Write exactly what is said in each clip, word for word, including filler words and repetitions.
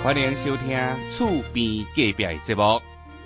欢迎收听厝边隔壁的节目。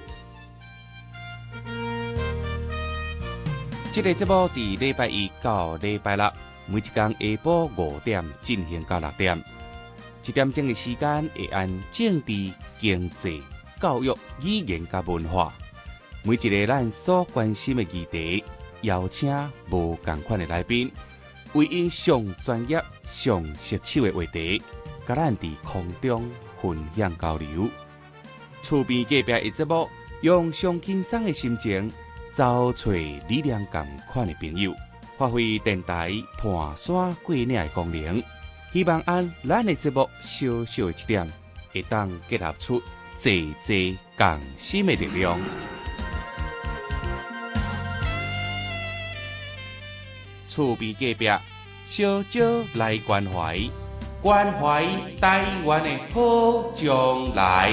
这个节目伫礼拜一到礼拜六，每一天下晡五点进行到六点。一点钟的时间会按政治、经济、教育、语言甲文化，每一个咱所关心的议题，邀请无同款的来宾，为因上专业、上实手的话题，甲咱伫空中分享交流。厝边隔壁的节目，用上轻松的心情，找找力量同款的朋友，发挥电台盘山过岭的功能。希望按咱的节目小小一点，会当结合出济济共心的力量。厝边隔壁，小少来关怀，关怀台湾的好将来。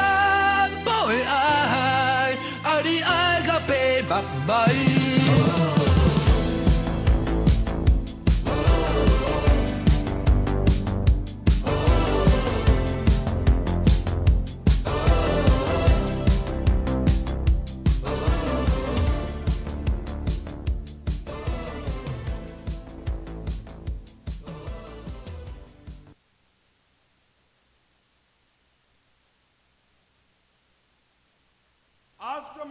你爱甲白目睭。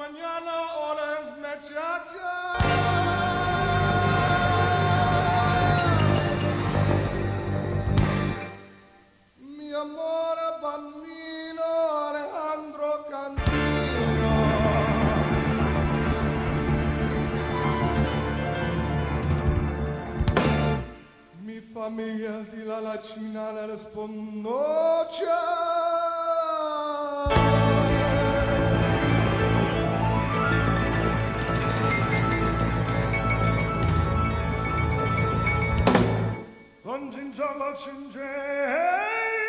Famiglia di la lacina nel sponnocia con cingiolo cingeia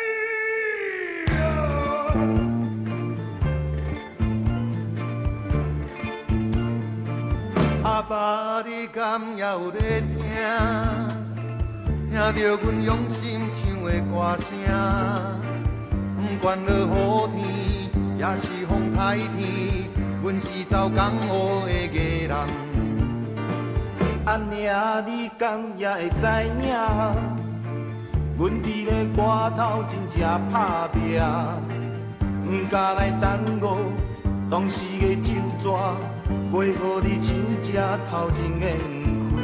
阿爸你敢也有在听听着阮用心唱的歌声，不管落雨天，也是风台天，阮是走江湖的艺人。 阿娘，你敢也会知影？阮伫咧歌头真正打拼，不敢来耽误当时的酒纸，袂予你真正头前烟开。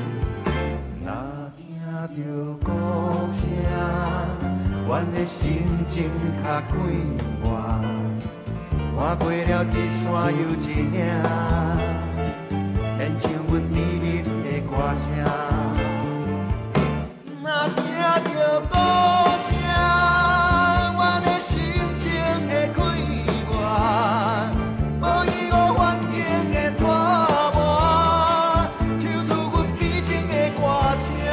听着歌声，阮的心情较快活，换过了一山又一岭，演唱阮甜蜜的歌声。若听着歌声，阮的心情会快活，无依无环境的拖磨，唱出阮悲情的歌声。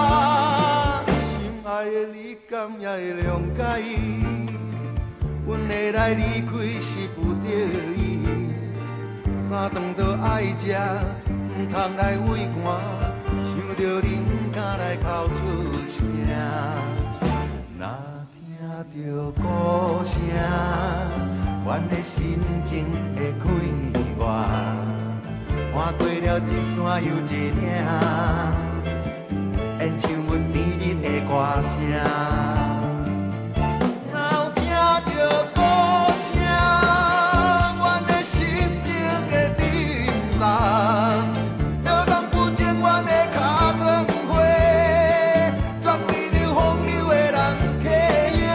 爱的你敢也会谅解，阮会来离开是不得已。三顿都爱食，唔通来畏寒，想着你唔敢来哭出声。若听着歌声，阮的心情会快活，换过了一山又一岭。演唱阮甜蜜的歌声，若有听着歌声，阮的心情会沉重，就当浮前阮的脚床花，全为着风流的人客影。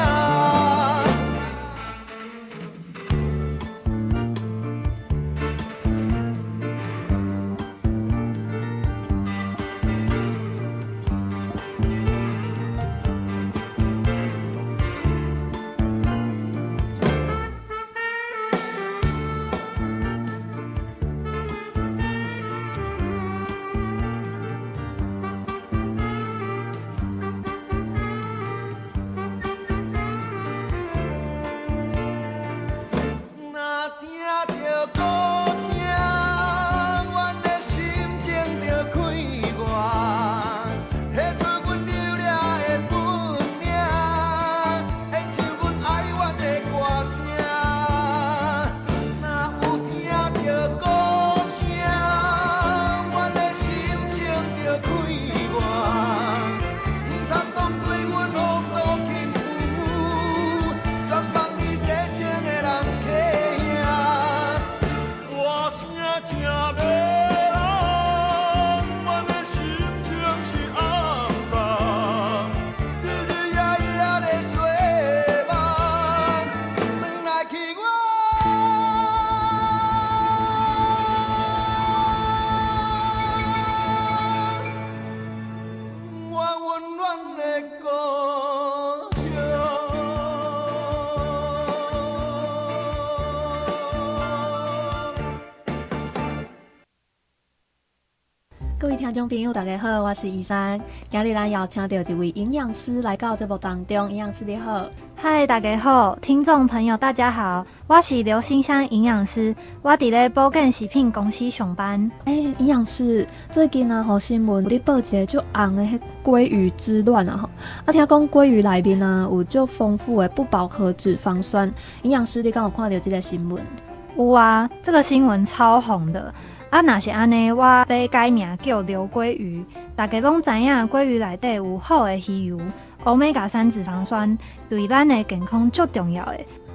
各位听众朋友，大家好，我是依珊。今日咱邀请到一位营养师来到节目当中，营养师你好。 嗨，大家好，听众朋友大家好，我是刘馨香营养师，我伫咧保健食品公司上班。 哎、欸，营养师，最近啊，好新闻，你报一个就红的迄鲑鱼之乱啊吼。啊，听讲鲑鱼内面啊有足丰富的不饱和脂肪酸，营养师你敢有看到这个新闻？ 有啊，这个新闻超红的。啊，若是安尼，我要改名叫刘鲑鱼。大家拢知影，鲑鱼内底有好的鱼油，欧米伽三脂肪酸，对咱的健康足重要的。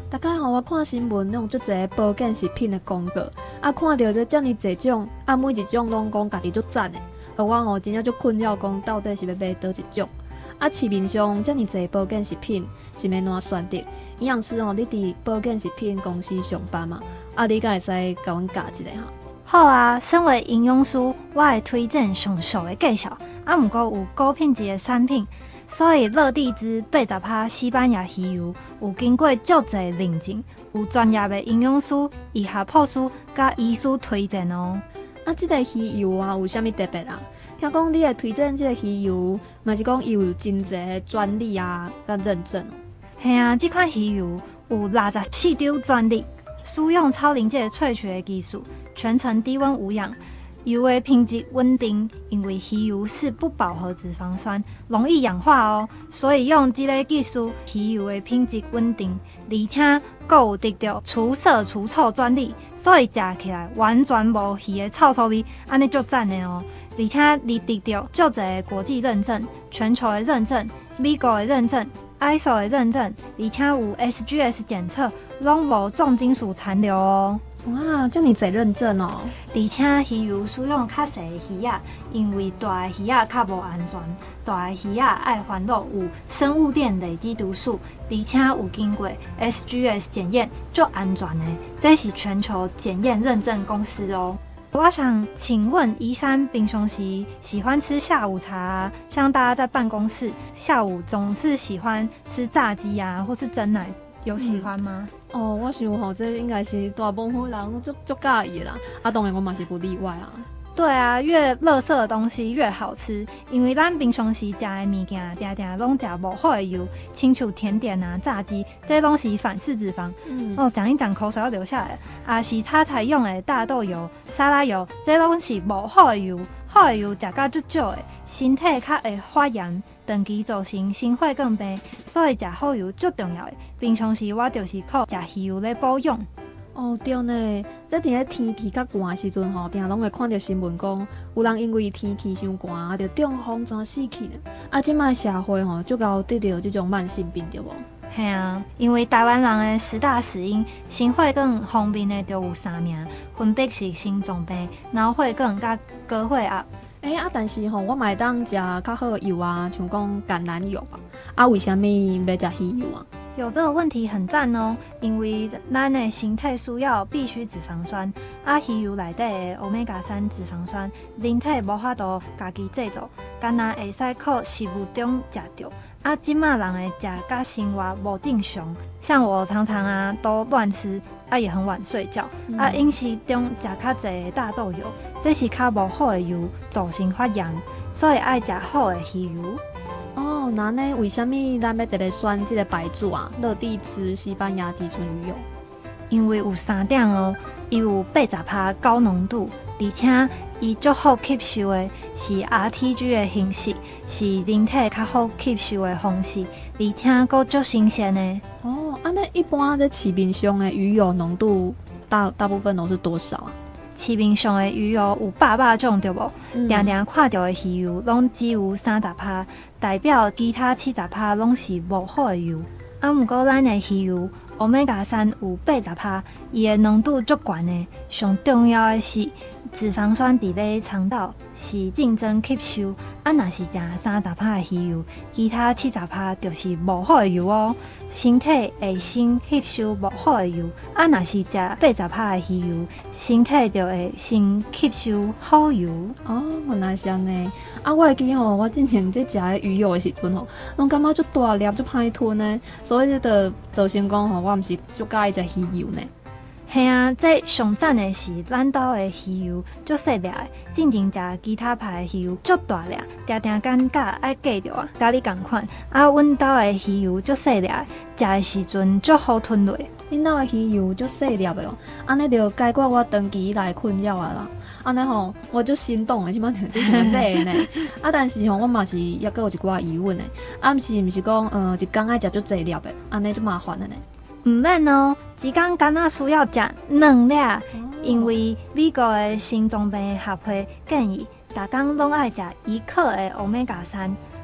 大概吼，我看新闻那种足侪保健食品的广告，啊，看到这遮尔侪种，啊，每一种拢讲家己足赞的，而我吼真正足困扰，讲到底是要买倒一种？啊，市面上遮尔侪保健食品，是要哪选择？营养师吼，你伫保健食品公司上班嘛？啊，你敢会使甲阮教一下哈？ 好啊，身为营养师，我会推荐上俗的介绍，啊，毋过有高品质的产品。所以乐地之八十趴西班牙鱼油有经过足侪认证，有专业的营养师、医学博士甲医师推荐哦。 啊，这个鱼油啊，有啥物特别啊？听讲你会推荐这个鱼油，嘛是讲伊有真侪专利啊甲认证哦。 系啊，这款鱼油有六十四张专利，使用超临界萃取的技术，全程低温无氧。油的品质稳定，因为鱼油是不饱和脂肪酸，容易氧化哦，所以用这个技术，鱼油的品质稳定，而且还有得到除色除臭专利，所以食起来完全无鱼的臭臭味，安尼足赞的哦。而且你得到足侪国际认证，全球的认证、美国的认证、I S O 的认证，而且有 S G S 检测，拢无重金属残留哦。 哇，这么侪认证哦！ 而且鱼油使用较细的鱼仔，因为大的鱼仔较无安全，大的鱼仔爱烦恼有生物链累积毒素，而且有经过 S G S 检验，足安全的。这是全球检验认证公司哦。我想请问宜山平常时喜欢吃下午茶啊？像大家在办公室下午总是喜欢吃炸鸡啊，或是蒸奶。有喜欢吗？ 嗯、哦，我想吼，这应该是大部分人足足介意的啦。啊，当然我嘛是不例外啊。 对啊，越垃圾的东西越好吃，因为咱平常时食的物件，定定拢食无好的油，亲像甜点啊、炸鸡，这拢是反式脂肪。嗯，哦，讲一讲口水要流下来。啊，是炒菜用的大豆油、沙拉油，这拢是无好的油。好的油食甲足少的，身体较会发炎。长期造成心血管病，所以食好油最重要的。平常时我就是靠食鱼油来保养。 哦，对呢，在伫咧天气较寒的时阵吼，定拢会看到新闻讲，有人因为天气伤寒啊，就中风全死去呢。啊，即摆社会吼，就搞得到这种慢性病对无？ 系啊，因为台湾人的十大死因，心血管方面的就有三名，分别是心脏病、脑血管甲高血压。 诶、欸、啊，但是吼，我嘛会当食较好的油啊，像讲橄榄油啊。啊，为什么要食鱼油啊？ 有这个问题很赞哦，因为咱的身体需要必需脂肪酸，啊，鱼油内底的欧米伽三脂肪酸，人体无法度家己制作，干那会使靠食物中食到。啊，即马人的食甲生活无正常，像我常常啊都乱吃，啊也很晚睡觉，嗯、啊饮食中食较侪的大豆油，这是较无好的油，造成发炎，所以爱食好的鱼油。 哦，那呢？为什么咱要特别选这个牌子啊？乐地之西班牙低醇鱼油， 因为有三点哦，伊有八十趴高浓度，而且伊足好吸收的，是 R T G 的形式，是人体较好吸收的方式，而且佫足新鲜的。 哦，啊，那一般在市面上的鱼油浓度大大部分都是多少啊？ 市面上的鱼油有百百种，对无？定定看到的鱼油拢只有三十趴，代表其他七十趴拢是无好的油。啊，毋过咱的鱼油欧米伽三有八十趴，伊的浓度足悬的。上重要的是，脂肪酸伫咧肠道是竞争吸收。啊，若是食三十趴的鱼油，其他七十趴就是无好的油哦。身体会先吸收无好的油，啊，若是食八十趴的鱼油，身体就会先吸收好油。 哦，原来是安尼。啊，我会记吼，我之前在食的鱼油的时阵吼，拢感觉足大粒、足歹吞呢，所以就造成讲吼，我毋是足介意食鱼油呢。 系啊，这上赞的是咱岛的鱼油足细粒的，进前食其他牌的鱼油足大粒，定定感觉爱记着啊，甲你同款。啊，阮岛的鱼油足细粒的，食的时阵足好吞落。 恁岛的鱼油足细粒的哦，安尼就解决我长期以来困扰啊啦。安尼吼，我足心动的，即摆就就想买呢。啊，但是吼，我嘛是抑阁有一寡疑问的。啊，毋是毋是讲，呃，一工爱食足细粒的，安尼就麻烦了呢。 唔免哦，一工敢若需要食两粒，哦、因为美国的心脏病协会建议，逐工拢爱食一克的欧米伽三。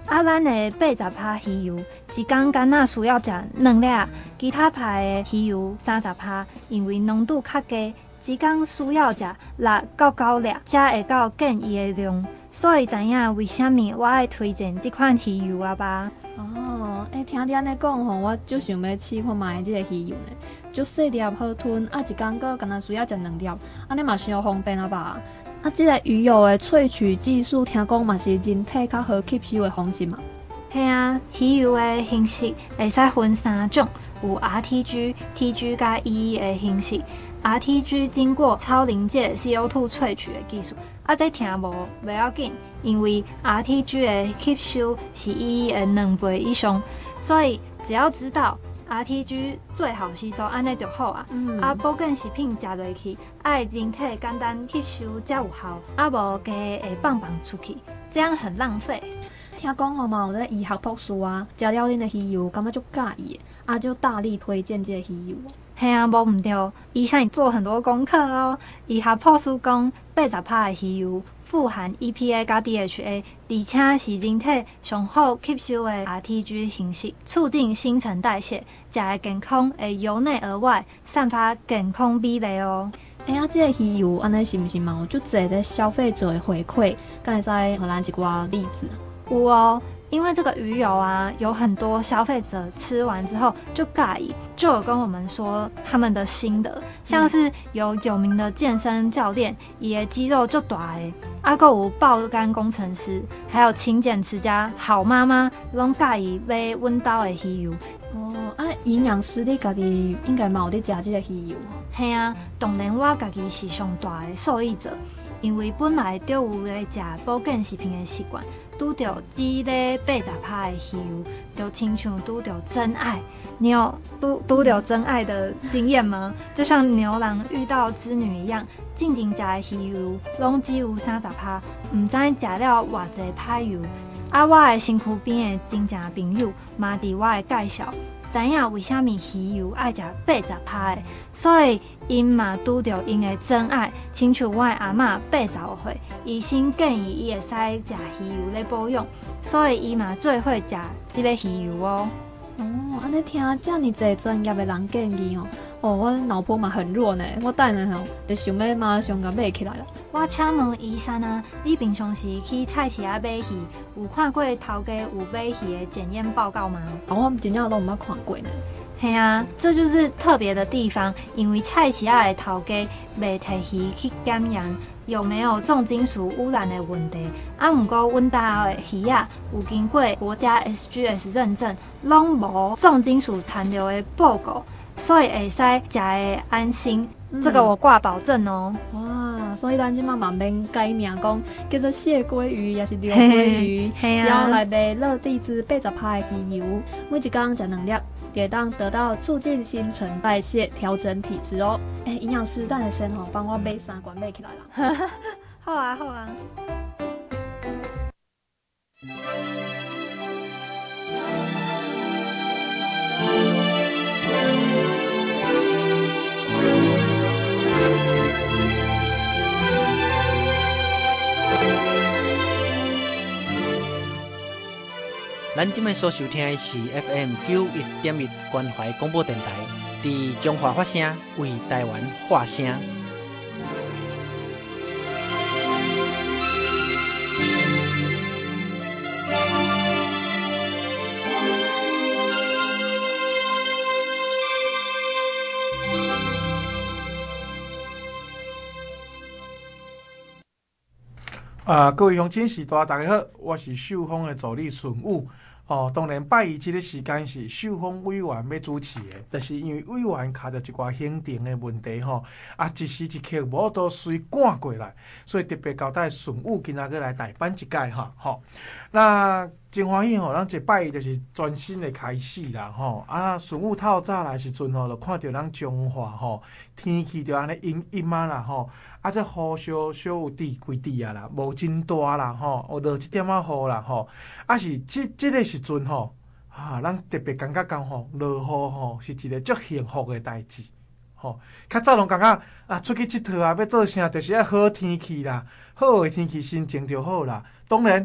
啊，咱的八十趴鱼油，一天敢若需要食两粒，其他派的鱼油三十趴，因为浓度较低，一天需要食六到九粒，才会到建议的量。所以知影为虾米我爱推荐这款鱼油啊吧？ 哦，诶、欸，听你安尼讲吼，我就想要试看卖即个鱼油呢，就细粒好吞，啊，一天个敢若需要食两粒，安尼嘛伤方便啊吧？啊，即个鱼油的萃取技术，听讲嘛是人体较好吸收的方式嘛。 系啊，鱼油的形式会使分三种，有 R T G、T G 甲 E E 的形式。R T G 经过超临界 C O 二 萃取的技术，啊，这听无袂要紧，因为 R T G 的吸收是 E E 的两倍以上，所以只要知道 R T G 最好吸收，安尼就好啊。嗯、啊，保健食品食落去，爱人体简单吸收才有效，啊无加会放放出去，这样很浪费。 听讲吼嘛，有咧医学博士啊，食了恁的鱼油，感觉足介意的，啊就大力推荐这个鱼油。 嘿啊，无毋对，医生做很多功课哦。医学博士讲，八十趴的鱼油富含 E P A 加 D H A， 而且是人体上好吸收的 R T G 形式，促进新陈代谢，食的健康会由内而外散发健康美丽哦。 哎呀，这个鱼油安尼是毋是嘛有足侪的消费者的回馈？敢会使互咱一寡例子？ 有哦。因为这个鱼油啊，有很多消费者吃完之后就介意，就有跟我们说他们的心得，像是有有名的健身教练，伊的肌肉就大的，啊，还有爆肝工程师，还有勤俭持家好妈妈，拢介意买阮兜的鱼油。 哦，啊，营养师你家己应该嘛有咧食这个鱼油？ 嘿啊，当然我家己是上大的受益者，因为本来就有咧食保健食品的习惯。拄到只咧八十趴的鱼油，就亲像拄到真爱。你有拄拄到真爱的经验吗？就像牛郎遇到织女一样，静静食的鱼油拢只有三十趴，唔知食了偌济歹油。啊，我的身躯边的真正朋友嘛，伫我的介绍，知影为虾米鱼油爱食八十趴的，所以因嘛拄到因的真爱，亲像我的阿嬷八十岁，医生建议伊会使食鱼油来保养，所以伊嘛最会食即个鱼油哦。 哦，安尼听遮尔侪专业的人建议哦，哦，我脑波嘛很弱呢，我等下吼就想要马上甲买起来了。 我请问医生啊，你平常时去菜市仔买鱼，有看过头家有买鱼的检验报告吗？ 啊，我真正都毋捌看过呢。 嘿啊，这就是特别的地方，因为菜市仔的头家袂摕鱼去检验有没有重金属污染的问题。啊，不过阮家的鱼啊，有经过国家 S G S 认证，拢无重金属残留的报告，所以会使食的安心。嗯、这个我挂保证哦。 哇，所以咱即马嘛免改名讲叫做蟹鲑鱼，也是柳鲑鱼，只要来买乐地之八十趴的鱼油，每一工食两粒。也当得到促进新陈代谢、调整体质哦。哎、欸，营养师，等下先吼，帮我买三罐买起来啦。 好啊，好啊。 咱今麦所收听的是 F M 九一点一关怀广播电台，伫中华发声为台湾发声。 啊，各位乡亲时代，大家好，我是秀峰的助理顺武。哦，当然拜一即个时间是秀峰委员要主持的，但是因为委员卡着一寡行政的问题吼，啊一时一刻无都随赶过来，所以特别交代顺武今仔个来代班一届哈，吼。那真欢喜吼，咱一拜就是全新的开始啦吼。啊，顺武透早来时阵吼，就看到咱中华吼天气就安尼阴阴啊啦吼。啊，这雨小小有滴几滴啊啦，无真大啦吼，有落一点仔雨啦吼。啊是即即个时阵吼，啊，咱特别感觉讲吼，落雨吼是一个足幸福的代志吼。较早拢感觉啊，出去佚佗啊，要做啥，就是要好天气啦，好的天气心情就好啦。当然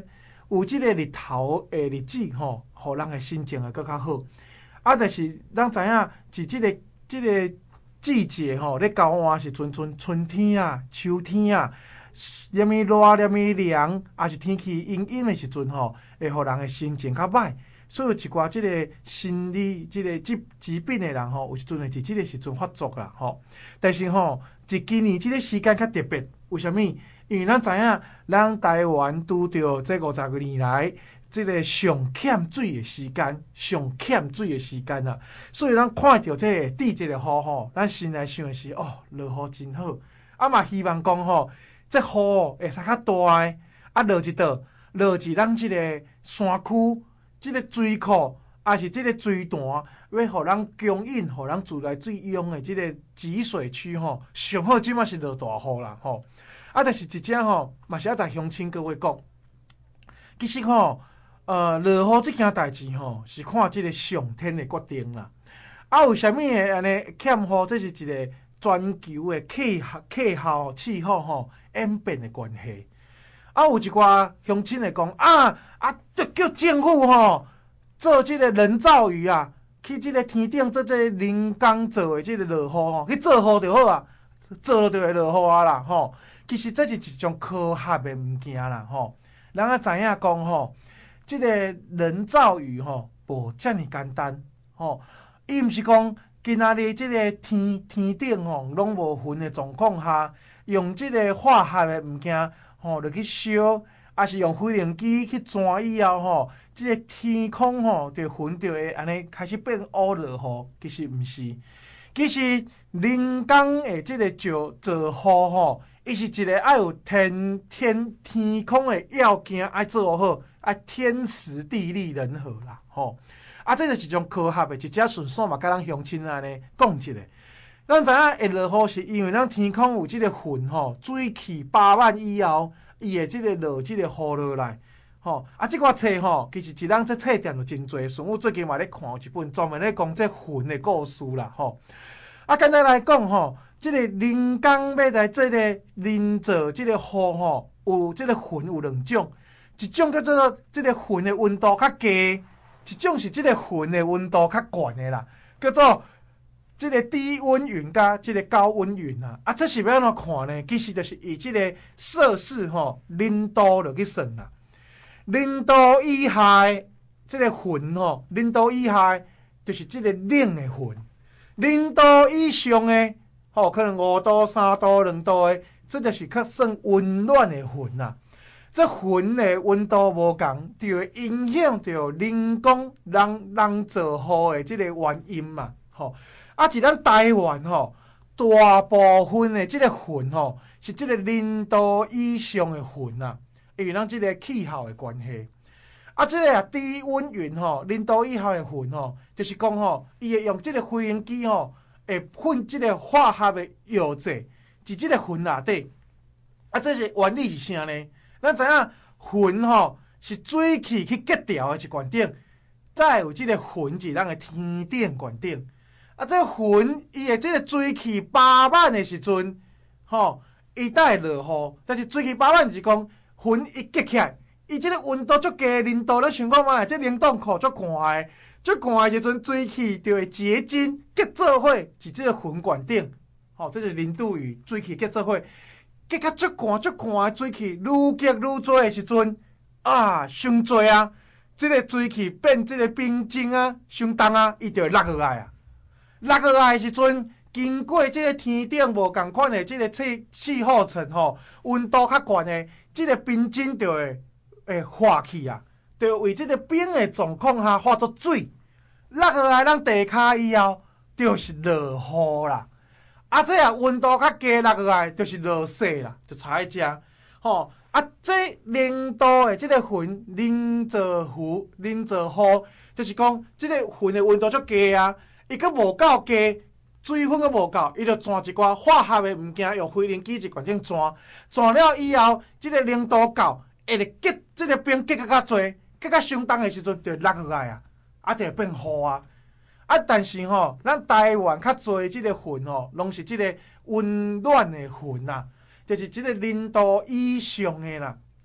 有即个日头诶日子吼，互人诶心情会更较好。啊，但是咱知影，是即个即个季节吼，咧交换时阵，春春天啊、秋天啊，连咪热连咪凉，也是天气阴阴诶时阵吼，会互人诶心情较歹。所以有一寡即个心理、即个疾疾病诶人吼，有时阵会伫即个时阵发作啦吼。但是吼，一今年即个时间较特别，为虾米？因为咱知影，咱台湾拄着这五十年来，即个上欠水诶时间，上欠水诶时间啊。所以咱看到这个地即个雨吼，咱心内想诶是哦，落雨真好。啊嘛希望讲吼，这雨会使较大诶，啊落一道，落至咱即个山区。即个水库，也是即个水潭，要互咱供应，互咱自来水用的即个集水区吼，上好即马是落大雨啦吼。啊，但是一只吼，嘛是要在乡亲各位讲，其实吼，呃，落雨即件代志吼，是看即个上天的决定啦。啊，为虾米会安尼欠雨？这是一个全球的气气候气候吼演变的关系。啊，有一寡乡亲会讲啊啊，就叫政府吼做即个人造雨啊，去即个天顶做即个人工做的即个落雨吼，去做雨就好啊，做了就会落雨啊啦吼。其实这是一种科学的物件啦吼。咱啊知影讲吼，即个人造雨吼无遮尔简单吼，伊毋是讲今仔日即个天天顶吼拢无云的状况下，用即个化学的物件。吼，就去烧，也是用飞行机去钻以后吼，即、這個天空吼，就云就会安尼开始变乌落雨。其实毋是，其实人工的即个造造雨吼，伊是一个爱有天天天空的要件爱做好，爱天时地利人和啦吼。啊，这就是一种科学的，一只顺线嘛，甲咱乡亲安尼讲一下。咱知影会落雨是因为咱天空有即个云吼，水汽饱满以后，伊会即个落即个雨落来吼。啊，即款册吼，其实一人这册店就真侪，顺我最近嘛咧看有一本专门咧讲这云的故事啦吼。啊，简单来讲吼，即、這个人工要来即个人造即个雨吼，有即个云有两种，一种叫做即个云的温度较低，一种是即个云的温度较悬的啦，叫做。即个低温云甲即个高温云啊，啊，这是要安怎看呢？其实就是以即个摄氏吼零度落去算啦。零度以下即个云吼，零度以下就是即个冷的云。零度以上的吼，可能五度、三度、两度的，这就是较算温暖的云啦。这云的温度无共，就会影响到人工人人造雨的即个原因嘛，吼。啊，是咱台湾吼，大部分的即个云吼，是即个零度以上的云啊，因为咱即个气候的关系。啊，即个低温云吼，零度以下的云吼，就是讲吼，伊会用即个飞行机吼，会喷即个化学的药剂伫即个云内底。啊，这是原理是啥呢？咱知影云吼是水汽去结条的一悬顶，再有即个云是咱的天顶悬顶。啊，这云伊的这个水汽饱满的时阵，吼，伊才会落雨。但是水汽饱满就是讲，云一结起来，伊这个温度足低，零度，咱想看觅，这冷冻库足寒的，足寒的时阵，水汽就会结晶结做伙，是这个云悬顶。吼，这是零度雨，水汽结做伙，结较足寒足寒的水汽，愈结愈多的时阵，啊，伤多啊，这个水汽变这个冰晶啊，伤重啊，伊就会落下来啊。落下来的时阵，经过即个天顶无共款的即个气气候层吼，温度较悬的，即、這个冰晶就会会化去啊，就为即个冰的状况下化作水，落下来咱地骹以后，就是落雨啦。啊，这啊温度较低落下来，就是落雪啦，就差喺遮吼。啊，这零度的即个云，人造雨，人造雨，就是讲即个云的温度足低啊。伊阁无够低，水分阁无够，伊就钻一寡化学的物件，用飞行机一悬顶钻，钻了以后，即、這个零度够，会咧结，即、這个冰结较较侪，结较相当的时阵，就落下来啊，啊，就会变雨啊。啊，但是吼，咱台湾较侪即个云吼，拢是即个温暖的云啊，就是即个零度以上的啦。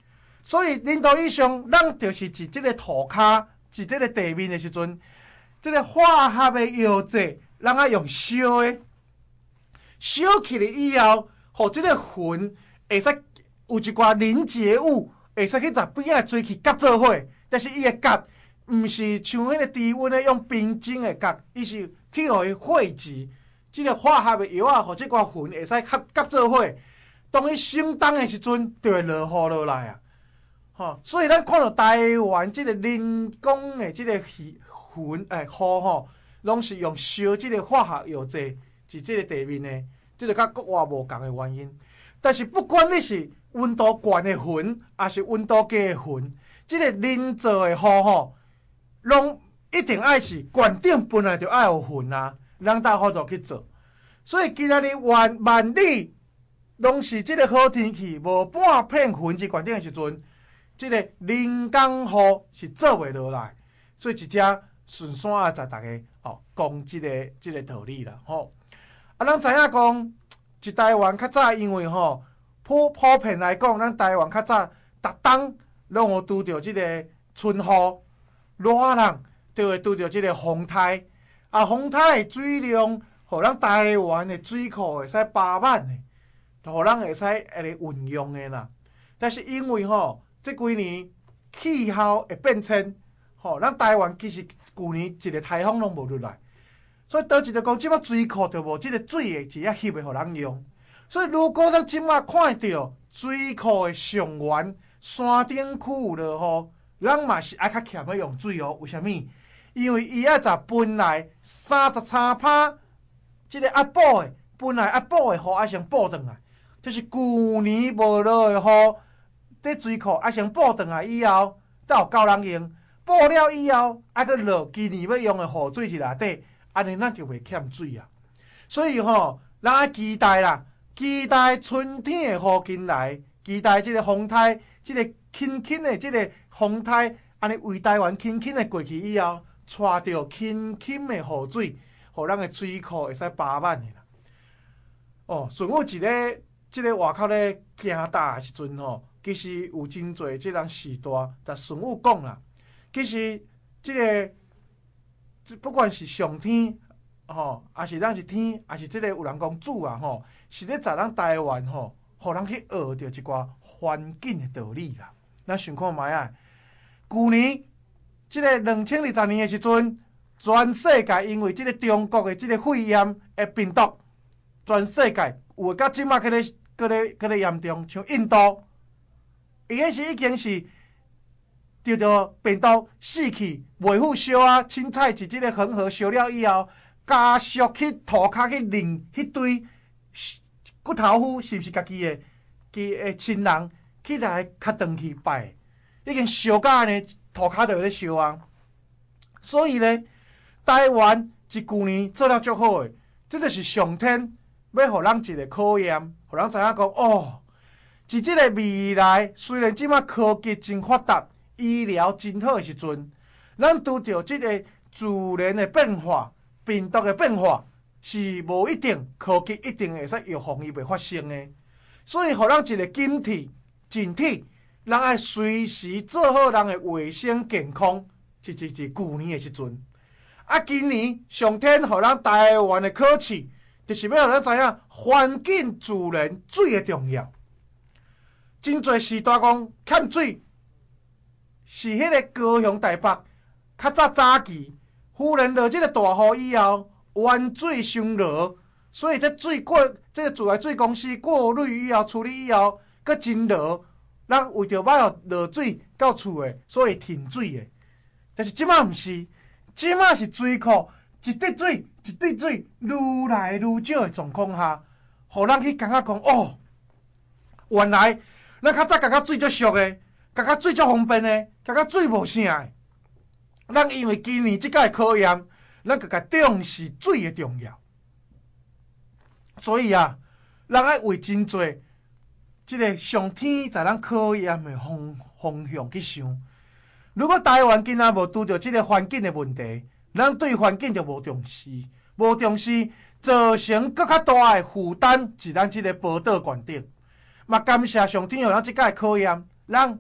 所以零度以上，咱就是伫即个涂骹，伫即个地面的时阵，即、这个化学的药剂，咱爱用烧的，烧起来以后，互即个云会使有一寡凝结物，会使去十边仔水去夹做伙。但是伊的夹，毋是像迄个低温的用冰晶的夹，伊是去互伊汇集。即个化学的药啊，互即寡云会使夹夹做伙。当伊升冬的时阵，就会落雨落来啊。吼，所以咱看到台湾即个人工的即个云诶雨吼，拢是用烧即个化学药剂伫即个地面的，即个甲国外无共的原因。但是不管你是温度悬的云，还是温度低的云，即个人造的雨吼，拢一定爱是悬顶本来就爱有云啊，人大好做去做。所以今仔日万万里拢是即个好天气，无半片云伫悬顶的时阵，即个人工雨是做袂落来。所以一只顺线啊，在大家哦讲即、這个即、這个道理啦，吼。啊，咱知影讲，伫台湾较早，因为吼普普遍来讲，咱台湾较早逐冬拢有拄着即个春雨，热人就会拄着即个风台。啊，风台的水量，互咱台湾的水库会使饱满的，互咱会使会咧运用的啦。但是因为吼，即几年气候会变迁。吼，咱台湾其实旧年一个台风拢无落来，所以导致着讲即摆水库就无即个水的一啊翕的互咱用。所以如果咱即摆看到水库的上源山顶区有落雨，咱嘛是爱较欠要用水哦。为虾米？因为伊爱在本来三十三趴即个压补的，本来压补的雨爱先补转来，就是旧年无落的雨，伫水库爱先补转来以后，才有够人用。补了以后，还佫落今年要用的雨水是内底，安尼咱就袂欠水啊。所以吼，咱爱期待啦，期待春天的雨进来，期待即个风台，即、這个轻轻的即个风台，安尼为台湾轻轻的过去以后，带着轻轻的雨水，互咱的水库会使饱满的啦。哦，顺有一个即、這个外口咧行大的时阵吼，其实有真侪即人时代，但顺有讲啦。其实，即、這個不管是上天，吼，還是咱是天，還是即個有人講主啊，吼，是咧在咱台灣吼，互人去學到一寡環境的道理啦。咱想看覓啊，舊年即、這個兩千二十年的時陣，全世界因為即個中國的即個肺炎的病毒，全世界有到即馬個咧個咧個咧嚴重，像印度，伊個是已經是。得到病毒死去，袂赴燒啊，凊彩是即個恆河燒了以後，加速去塗骹去淋迄堆骨頭糊，是毋是家己的己的親人去來較斷去拜，已經燒甲安尼塗骹就咧燒啊。所以咧，台灣是舊年做了足好誒，這就是上天要互咱一個考驗，互咱知影講哦，是即個未來雖然即馬科技真發達。醫療真好的時陣，咱拄着即個自然的變化、病毒的變化，是無一定科技一定會使預防伊袂發生的。所以，互咱一個警惕、警惕，咱愛隨時做好咱的衛生健康，是是是舊年的時陣。啊，今年上天互咱台灣的考試，就是要互咱知影環境自然水的重要。真濟時代講欠水。是迄個高雄台北，較早早期，忽然落即個大雨以後，灣水上落，所以這水過，即、這個自來水公司過濾以後處理以後，閣真落，咱為着要互落水到厝的，所以停水的。但是即馬毋是，即馬是水庫一滴水一滴水愈來愈少的狀況下，互咱去感覺講哦，原來咱較早感覺水足俗的。感覺水足方便的，感覺水無啥的。咱因為今年即個考驗，咱更加重視水的重要。所以啊，咱愛為真濟，即個上天在咱考驗的方方向去想。如果台灣今仔無拄着即個環境的問題，咱對環境就無重視，無重視造成更較大的負擔，是咱即個寶島縣頂。嘛感謝上天互咱即個考驗，咱。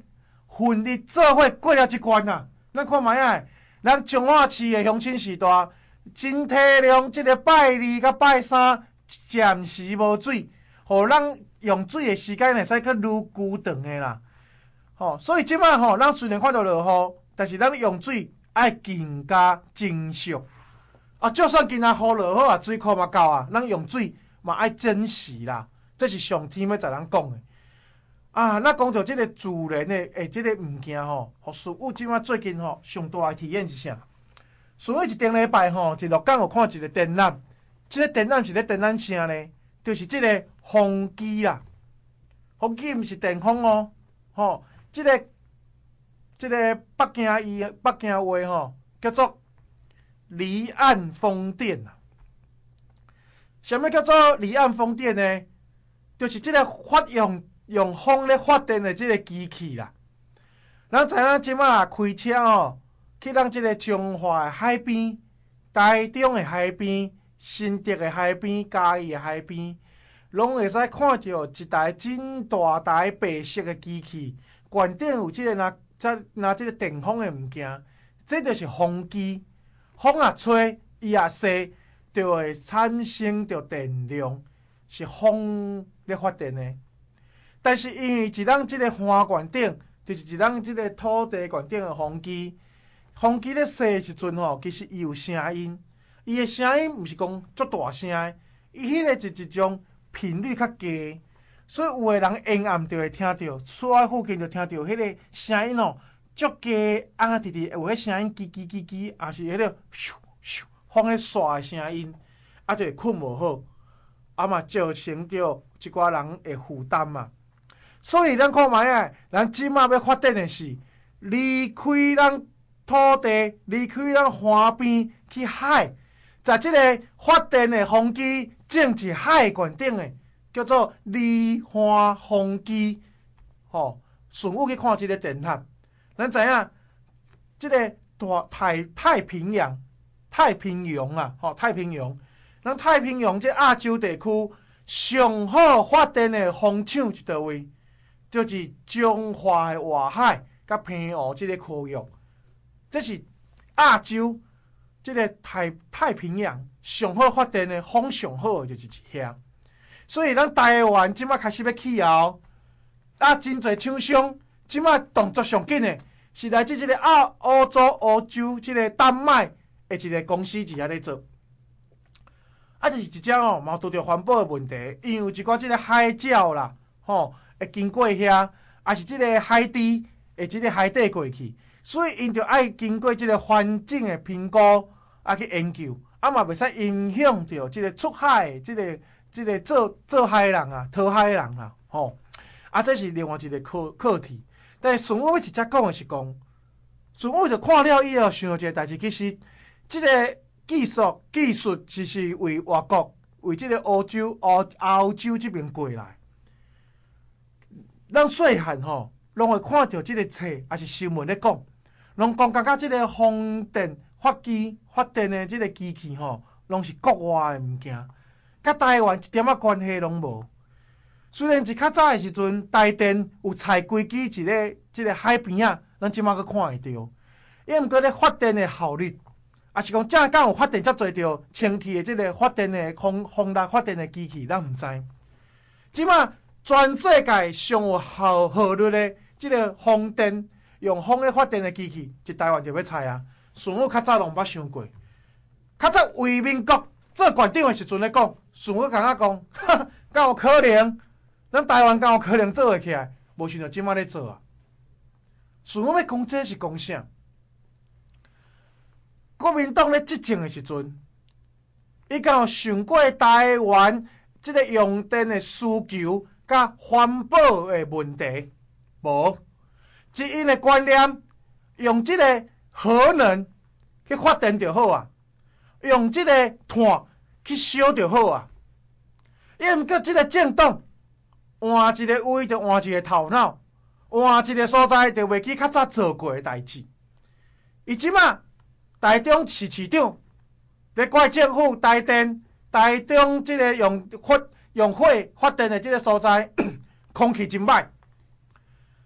奋力做伙过了这关啊！咱看卖啊，咱彰化市的乡亲时代，真体谅即个拜二甲拜三暂时无水，互咱用水的时间会使去愈久长的啦。吼，所以即摆吼，咱虽然看到落雨，但是咱用水爱更加珍惜。啊，就算今仔雨落好啊，水库嘛够啊，咱用水嘛爱珍惜啦。这是上天要甲咱讲的。啊，咱讲到即个自然的诶，即个物件吼，互师傅即摆最近吼上大的体验是啥？师傅一顶礼拜吼，一落港有看一个展览，即、这个展览是咧展览啥呢？就是即个风机啦。风机毋是电风哦，吼，即、这个即、这个北京伊北京话吼叫做离岸风电啊。啥物叫做离岸风电呢？就是即个发用。用风咧发电的即个机器啦，咱知影即马开车哦，去咱即个彰化的海边、台中的海边、新竹的海边、嘉义的海边，拢会使看到一台真大台白色的机器，悬顶有即个拿则拿即个电风的物件，这就是风机。风啊吹，伊啊吹，就会产生着电量，是风咧发电的。但是因为一咱即个花悬顶，就是一咱即个土地悬顶的风机，风机咧吹的时阵吼，其实伊有声音，伊的声音毋是讲足大声的，伊迄个是一种频率较低，所以有的人沿暗就会听到，厝仔附近就听到迄个声音吼，足低啊直直有迄声音叽叽叽叽，也是迄个咻咻风咧刷的声音，啊就会困无好，啊嘛造成着一寡人会负担嘛。所以咱看卖啊，咱即马要发展的是离开咱土地，离开咱花边去海，在即个发电的风机种一海悬顶的，叫做离花风机。吼，顺路去看即个电塔，咱知影即个大太太平洋，太平洋啊，吼太平洋，咱太平洋即亚洲地区上好发电的风场是倒位？就是彰化的外海甲平湖即个区域，这是亚洲即个太太平洋上好发电的风上好的就是一遐。所以咱台湾即马开始要起后，啊，真侪厂商即马动作上紧的，是来自即个澳欧洲、欧洲即个丹麦的一个公司伫遐咧做。啊，就是一只哦，嘛拄着环保的问题，因为有一寡即个海鸟啦，吼。会经过遐，也是即个海底，会即个海底过去，所以因着爱经过即个环境的评估，啊去研究，啊嘛袂使影响着即个出海的即个即个做做海人啊、讨海人啦，吼，啊这是另外一个课课题。但是顺我要直接讲的是讲，顺我就看了以后想一个代志，其实即个技术技术其实为外国、为即个欧洲、欧欧洲即边过来。咱细汉吼，拢会看到即个册，也是新闻咧讲，拢讲感觉即个风电发机发电的即个机器吼，拢是国外的物件，甲台湾一点仔关系拢无。虽然是较早的时阵，台电有采几支一个即个海边啊，咱即马阁看会到，因毋过咧发电的效率，也是讲正港有发电遮侪着清气的即个发电的风风力发电的机器，咱毋知。即马全世界上有效效率的即个风电用风咧发电的机器，即台湾就要采啊。顺我较早拢捌想过，较早为民国做县长的时阵咧讲，顺我感觉讲，哈，敢有可能？咱台湾敢有可能做会起来？无想到即摆咧做啊。顺我要讲这是讲啥？国民党咧执政的时阵，伊敢有想过台湾即个用电的需求？甲环保的问题无，即因的观念，用即个核能去发电就好啊，用即个碳去烧就好啊。因毋过即个政党换一个位就换一个头脑，换一个所在就袂记较早做过的代志。伊即马台中市市长咧怪政府台电、台中即个用发。用火发电的这个所在，空气真歹。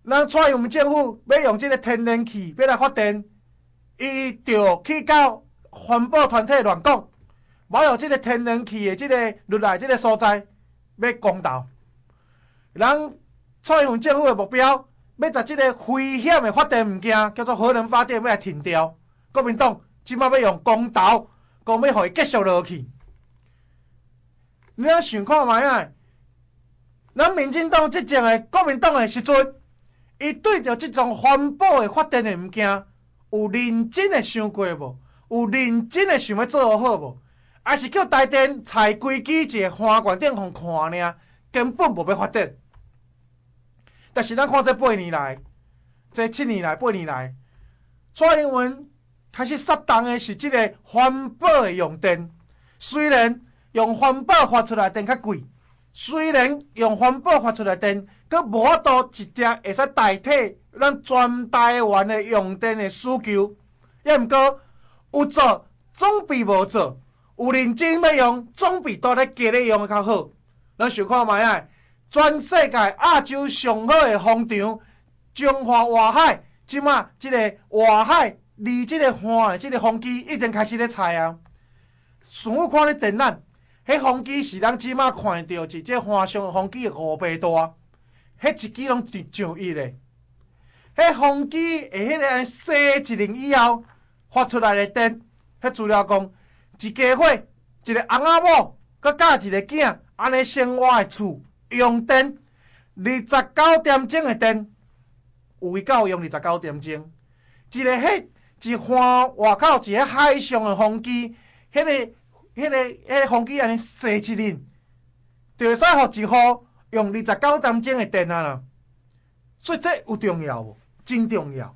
咱蔡英文政府要用即个天然气要来发电，伊就去到环保团体乱讲，无有即个天然气的即个落来即个所在要公道。咱蔡英文政府的目标，要在即个危险的发电物件叫做核能发电要来停掉。国民党即摆要用公道，讲要互伊继续落去。你若想看觅啊，咱民进党执政的国民党的时阵，伊对着即种环保的发电的物件，有认真的想过无？有认真的想要做好无？还是叫台电采规矩一个花管顶互看尔，根本无要发电。但是咱看这八年来，这七年来、八年来，蔡英文开始杀动的是即个环保的用电。虽然用环保发出来电较贵，虽然用环保发出来电，佮无法度直接会使代替咱全台湾的用电的需求，也毋过有做总比无做，有认真要用总比倒咧加咧用的较好。咱想看觅啊，全世界亚洲上好的风场，中华外海，即马即个外海离即个岸的即个风机已经开始咧采啊。顺我看咧电缆，迄风机是咱即马看到是即岸上的风机五倍大，迄一支拢上亿的。迄风机会迄个安尼洗一轮以后发出来的电，迄资料讲一家伙一个翁仔某，佮教一个囝，安尼生活的厝用电二十九点钟的电，有位够用二十九点钟。一个迄一岸外口一个海上的风机，迄、那个、迄、那个、迄个风机安尼洗一轮，就会使互一户用二十九点钟的电啊啦。所以这有重要无？真重要。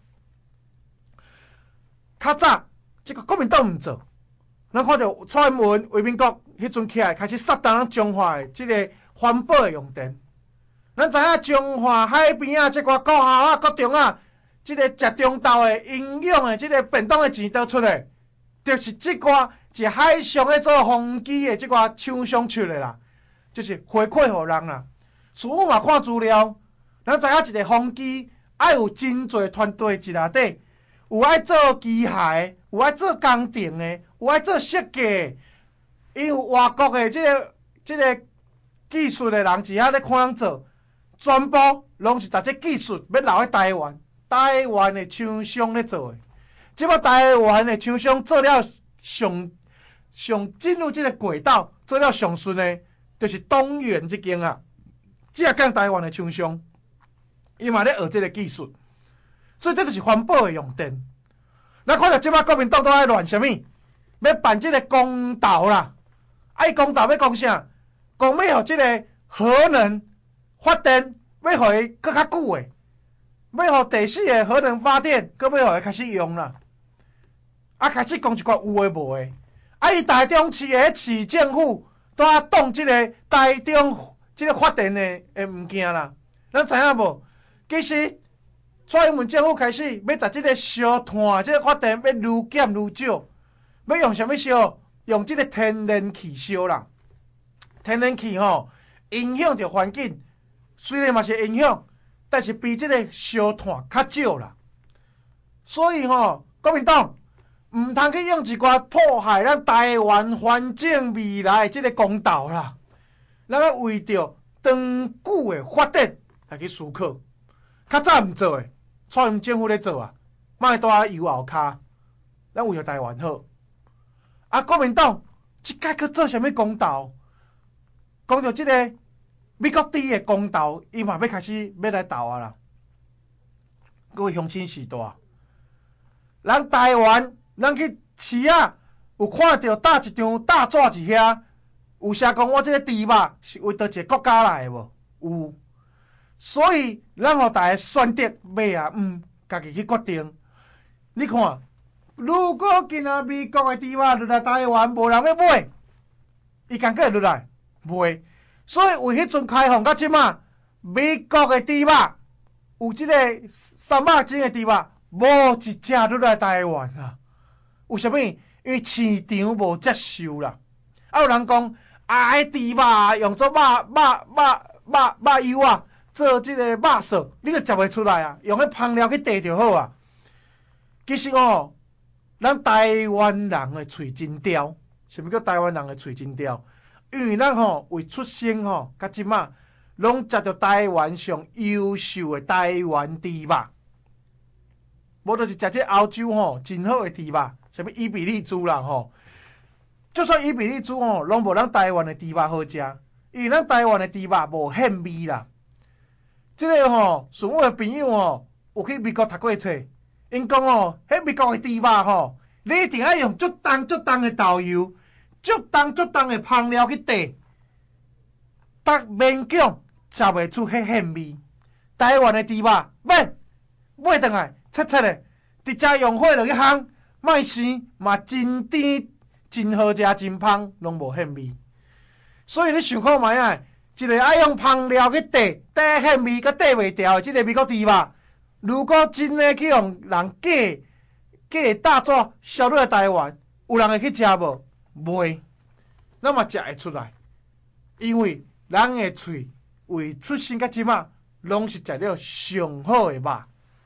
较早即个国民党毋做，咱看到蔡英文、魏民国迄阵起来开始杀动咱中华的即个环保的用电。咱知影中华海边啊，即寡国校啊、国中啊，即个食中昼的营养的即个便当的钱倒出来，就是即寡一海上咧做风机的即寡厂商出的啦，就是回馈互人啦。所以我嘛看资料，咱知影一个风机爱有真侪团队伫内底，有爱做机械，有爱做工程的，有爱做设计的，因有外国的即个即个技术的人伫遐咧看人做，全部拢是把这技术要留喺台湾，台湾的厂商咧做的。即摆台湾的厂商做了上上进入即个轨道，做了上顺的，就是东元即间啊，浙江台湾的厂商，伊嘛咧学即个技术，所以这就是环保的用电。咱看到即摆国民党都爱乱啥物，要办即个公投啦，爱公投要讲啥？讲要互即个核能发电，要互伊搁较久诶，要互第四个核能发电，搁要互伊开始用啦。啊，开始讲一寡有诶无诶，啊，伊台中市诶市政府都啊挡即个台中即个发电诶诶物件啦。咱知影无？其实蔡英文政府开始要在即个烧炭即个发电要愈减愈少，要用啥物烧？用即个天然气烧啦。天然气吼影响着环境，虽然嘛是影响，但是比即个烧炭较少啦。所以吼，国民党毋通去用一寡破坏咱台湾环境未来的即个公道啦。咱要为着长久的发展来去思考。较早毋做的，蔡英文政府咧做啊，莫带啊油后骹，咱为着台湾好。啊，国民党即摆去做啥物公道？讲到即个美国底的公投，伊嘛要开始要来投啊啦！各位乡亲时代，咱台湾，咱去市啊，有看到搭一张大纸伫遐，有写讲我即个猪肉是为倒一个国家来的无？有，所以咱互大家选择买啊，毋家己去决定。你看，如果今仔美国的猪肉落来台湾，无人要买，伊敢个会落来？袂，所以为迄阵开放到即马，美国的猪肉有即个三百斤的猪肉，无一只落来台湾啊！为虾米？因为市场无接受啦。啊，有人讲啊，迄猪肉用做肉肉肉肉肉油啊， 做即个肉燥，你就食袂出来啊，用迄香料去地就好啊。其实哦，咱台湾人的喙真刁，什么叫台湾人的喙真刁？因为咱吼为出生吼，甲即马拢食着台湾上优秀的台湾猪肉，无就是食这欧洲吼真好的猪肉，什么伊比利猪啦吼。就算伊比利猪吼，拢无咱台湾的猪肉好食，因为咱台湾的猪肉无鲜味啦。即、這个吼，顺我的朋友吼，有去美国读过册，因讲哦，迄美国的猪肉吼，你一定要用足重足重的豆油。足重足重的香料去地，但勉强食袂出迄鲜味。台湾的猪肉买买倒来，切切的，直接用火落去烘，莫生嘛真甜、真好食、真香，拢无鲜味。所以你想看卖啊，一个爱用香料去地，底鲜味佮底袂掉的，即、這个美国猪肉，如果真诶去用人假假大纸销入来台湾，有人会去食无？袂，咱嘛食会出来，因为人的喙为出生到即马，拢是食了上好的肉。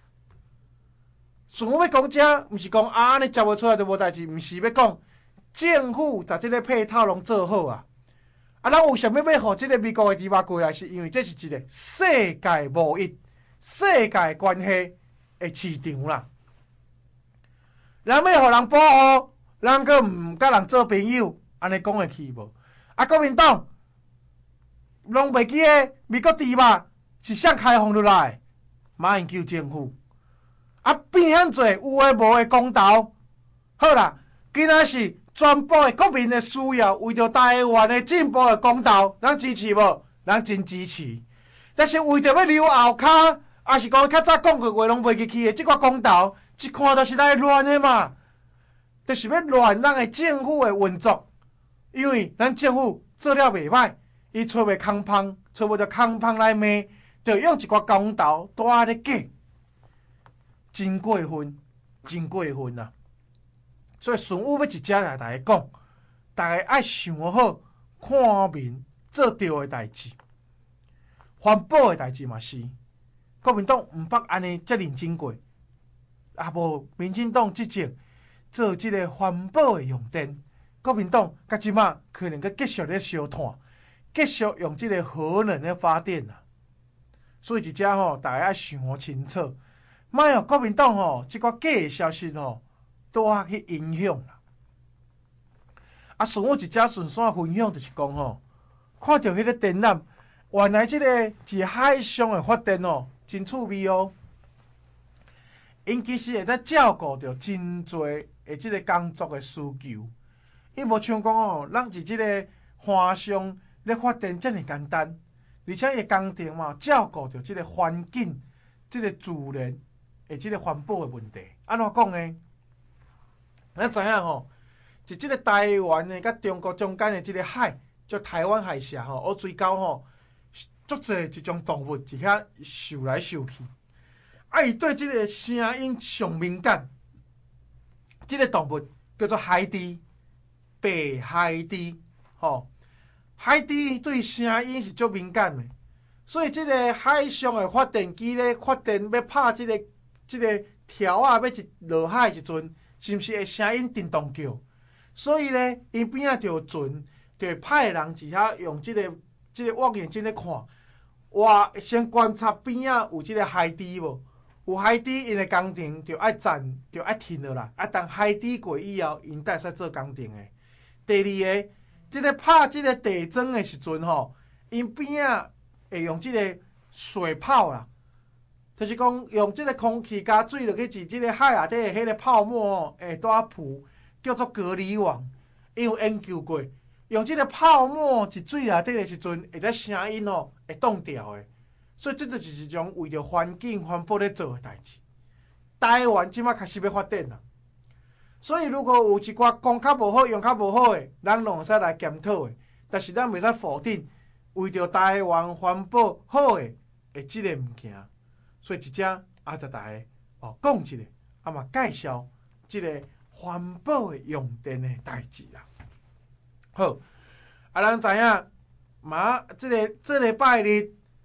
所以我要讲遮，毋是讲啊安尼食袂出来就无代志，毋是要讲政府把即个配套拢做好啊。啊，咱为什么要互即个美国的猪肉过来？是因为这是一个世界贸易、世界关系的市场啦。咱要互人保护。咱阁毋甲人做朋友，安尼讲会去无？啊，国民党拢袂记诶，美国猪肉是谁开放落来？马英九政府啊，变遐济有诶无诶公道。好啦，今仔是全部诶国民诶需要，为着台湾诶进步诶公道，咱支持无？咱真支持。但是为着要留后骹，还是讲较早讲过话拢袂记去诶，即个公道，一看就是来乱诶嘛。就是要乱咱的政府的运作，因为咱政府做了袂歹，伊找袂空芳，找无着空芳来骂，就用一寡公道带咧假，真过分，真过分啊！所以顺武要一只来大家讲，大家爱想好，看明做对的代志，环保的代志嘛是，国民党毋捌安尼遮认真过，也无民进党执政。做即个环保的用电，国民党甲即马可能佮继续咧烧炭，继续用即个核能咧发电啊。所以一只吼，大家爱想清楚，莫让国民党吼即个假的消息吼，拄啊去影响啦。啊，顺我一只顺线分享就是讲吼，看到迄个展览，原来即个是海上的发电吼，真趣味哦。因其实会使照顾到真侪诶，即个工作诶需求，伊无像讲哦，咱是即个花上咧发电遮尔简单，而且伊工程嘛照顾到即个环境、即个自然诶，即个环保诶问题。安怎讲呢？咱知影吼，是即个台湾诶，甲中国中间诶即个海，叫台湾海峡吼，乌水沟吼，足侪一种动物伫遐游来游去。啊，伊对即个声音上敏感，即、这个动物叫做海猪，白海猪，吼，海猪对声音是足敏感的，所以即个海上的发电机咧，发电要拍即、这个即、这个条啊，要一落海的时阵，是毋是会声音叮咚叫？所以咧，因边仔就有船，就会派人伫遐用即、这个即、这个望远镜咧看，哇，先观察边仔有即个海猪无？有海猪，因的工程就爱站，就爱停落来。啊，当海猪过以后，因才会使做工程的。第二个，即、这个拍即个地砖的时阵吼，因边仔会用即个水泡啦，就是讲用即个空气加水落去治即个海内底的迄个泡沫吼，会带浮，叫做隔离网。因有研究过，用即个泡沫伫水内底的时阵，会使声音吼会挡掉的。所以，这就是一种为着环境环保咧做诶代志。台湾即马开始要发展啦，所以如果有一寡讲较无好、用较无好诶，咱拢会使来检讨诶。但是咱袂使否定为着台湾环保好诶诶即个物件。所以，一只啊，就大家哦讲一下，啊嘛介绍即个环保诶用电诶代志啦。好，啊，咱知影嘛，即、这个这礼拜日。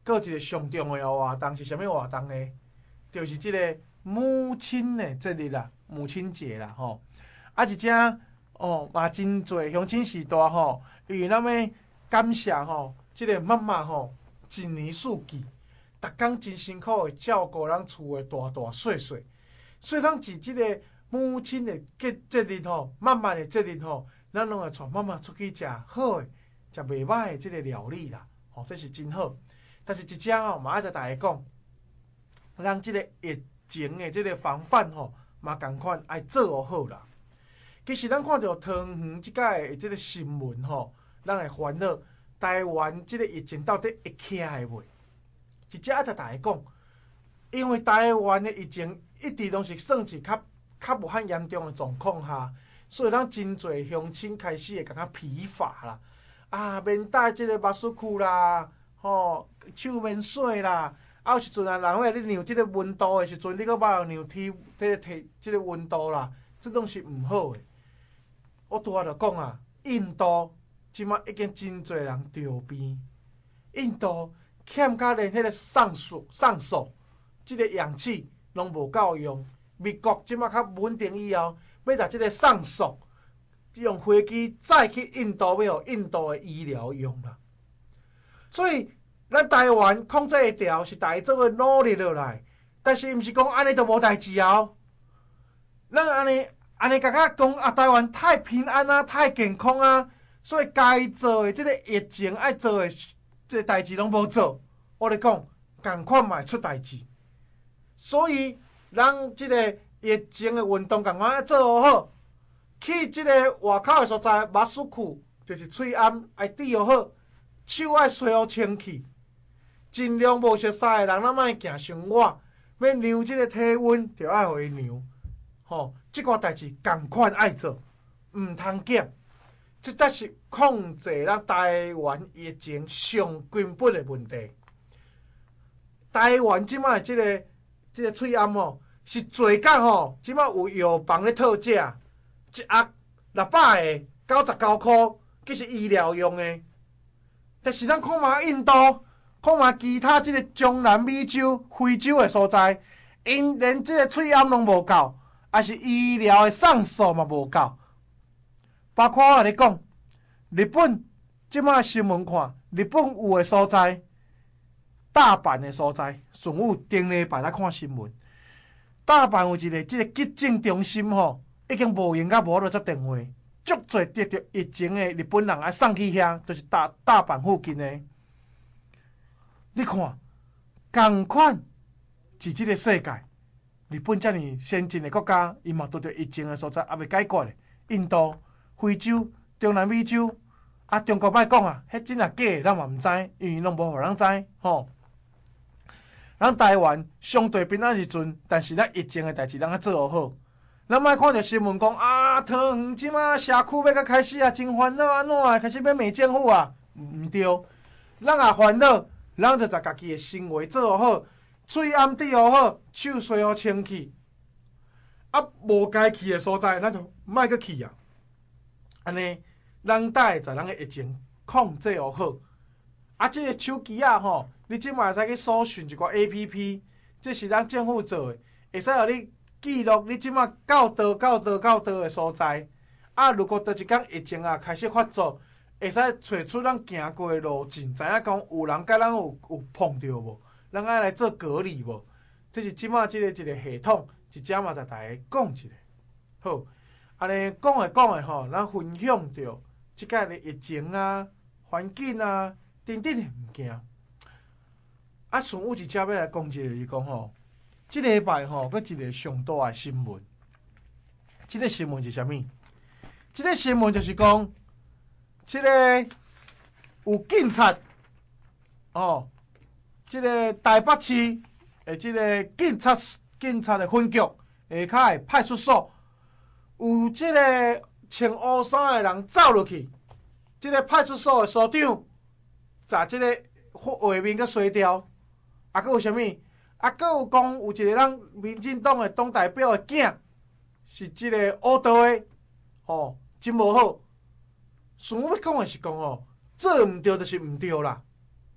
搁一个上重要的活动是啥物活动呢？就是即个母亲的节日啦，母亲节啦吼。啊，一只哦嘛真侪乡亲时代吼，因为咱要感谢吼，即个妈妈吼一年四季，逐工真辛苦的照顾咱厝的大大细细，所以咱伫即个母亲的节节日吼，妈妈的节日吼，咱拢会带妈妈出去食好的、食袂歹的即个料理啦，吼，这是真好。但是一只吼嘛爱甲大家讲，咱即个疫情的即个防范吼，嘛共款爱做好啦。其实咱看到桃园即届的即个新闻吼，咱会烦恼台湾即个疫情到底会起来袂？一只爱甲大家讲，因为台湾的疫情一直拢是算是较较无遐严重的状况下，所以咱真侪乡亲开始会感觉疲乏啦。啊，免戴即个目屎裤啦，吼，手免洗啦。啊，有时阵啊，人为你量即个温度的时阵，你搁把量体即个体即个温度啦，这拢是毋好的。我拄仔就讲啊，印度即马已经真侪人着病，印度欠甲连迄个上素、上素即个氧气拢无够用。美国即马较稳定以后，要拿即个上素用飞机载去印度，要互印度的医疗用啦。所以咱台湾控制会掉，是大家做伙努力落来，但是毋是讲安尼就无代志哦。咱安尼。安尼感觉讲啊，台湾太平安啊，太健康啊，所以该做的即个疫情爱做的即个代志拢无做。我咧讲，共款嘛会出代志。所以，咱即个疫情的运动共款爱做好，去即个外口的所在，马斯库就是喙暗爱戴好，手爱洗好清气，尽量无熟悉的人，咱莫行伤晏，要量即个体温，就爱互伊量。吼，即个代志共款爱做，毋通减，这才是控制咱台湾疫情上根本的问题。台湾即摆即个即个喙暗吼，是侪甲吼，即摆有药房咧套价，一盒六百个九十九箍，计是医疗用的。但是咱看嘛，印度，看嘛其他即个中南美洲、非洲的所在，因连即个喙暗拢无够。还是医疗的上素嘛无够，包括我咧讲，日本即摆新闻看，日本有的所在，大阪的所在，顺有顶礼拜来看新闻，大阪有一个即个急诊中心吼，已经无闲甲无落接电话，足侪得着疫情的日本人爱送去遐，就是大大阪附近的。你看，共款是即个世界。日本遮尔先进的国家，伊嘛拄着疫情的所在，还未解决咧。印度、非洲、中南美洲，啊，中国莫讲啊，迄真啊假，咱嘛毋知，因为拢无互人知，吼。咱台湾相对平安时阵，但是咱疫情的代志，咱啊做好。咱莫看着新闻讲啊，桃园即马社区要甲开始啊，真烦恼安怎啊，开始要骂政府啊，毋对。咱也烦恼，咱着在家己的生活做好。喙暗戴好，手洗好清气。啊，无该去的所在，咱就莫阁去啊。安尼，咱才会在咱的疫情控制好。啊，即、這个手机啊吼，你即摆会使去搜寻一个 A P P， 这是咱政府做的，会使互你记录你即摆到倒到倒到倒的所在。啊，如果倒一天疫情啊开始发作，会使找出咱行过的路径，知影讲有人甲咱有有碰到无？咱爱来做隔离无？这是即马即个一个系统，一只嘛在大家讲一下。好，安尼讲诶讲诶吼，咱分享着即届的疫情啊、环境啊等等诶物件。啊，顺有一只要来讲一下，是讲吼，即礼拜吼，佫一个上大诶新闻。即个新闻是啥物？即个新闻就是讲，即个有警察哦。即个台北市诶，即个警察警察诶分局下骹诶派出所，有即个穿乌衫诶人走落去，即个派出所诶所长，把即个画面甲洗掉。啊，佫有啥物？啊，佫有讲有一个咱民进党诶党代表诶囝，是即个乌道诶，哦，真无好。顺我要讲诶是讲哦，做毋对就是毋对啦。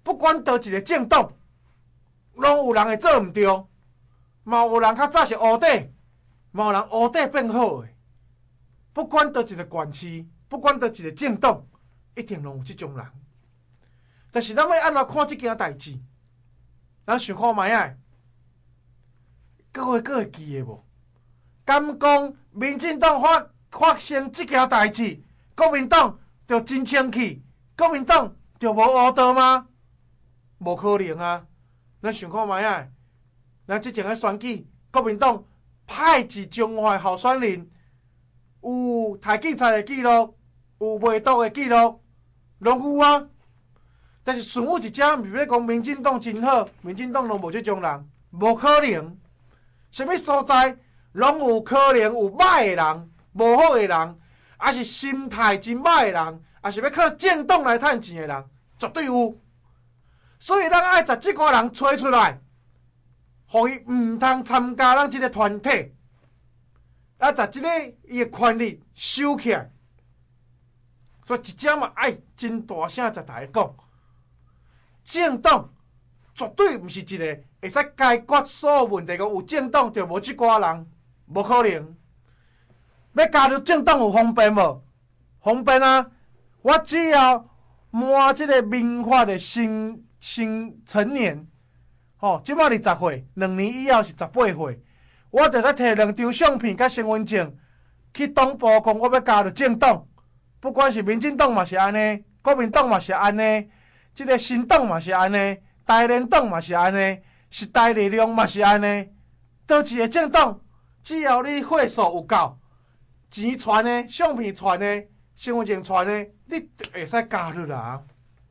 不管倒一个政党，拢有人会做毋对，嘛有人较早是乌底，嘛有人乌底变好诶。不管倒一个县市，不管倒一个政党，一定拢有即种人。但是咱要安怎看即件代志？咱想看卖啊，各位各会记诶无？敢讲民进党发发生即件代志，国民党就真生气，国民党就无乌道吗？无可能啊！咱想看卖啊，咱之前诶选举，国民党派一中华候选人。有台警察的记录，有卖毒的记录，拢有啊。但是顺有一只，毋是咧讲民进党真好，民进党拢无即种人，无可能。什么所在拢有可能有歹的人、无好的人，还是心态真歹的人，还是要靠政党来趁钱的人，绝对有。所以咱爱把即个人找出来，互伊毋通参加咱即个团体。啊！把即个伊的权利收起来，所以一只嘛爱真大声在台讲，政党绝对毋是一个会使解决所有问题个。有政党就无即寡人，无可能。要加入政党有方便无？方便啊！我只要满即个民法的成成成年，吼、哦，即满二十岁，两年以后是十八岁。我就使摕两张相片甲身份证去党部讲，我要加入政党，不管是民进党嘛是安尼，国民党嘛是安尼，即、这个新党嘛是安尼，台联党嘛是安尼，时代力量嘛是安尼。倒一个政党，只要你岁数有够，钱传的、相片传的、身份证传的，你就会使加入啦。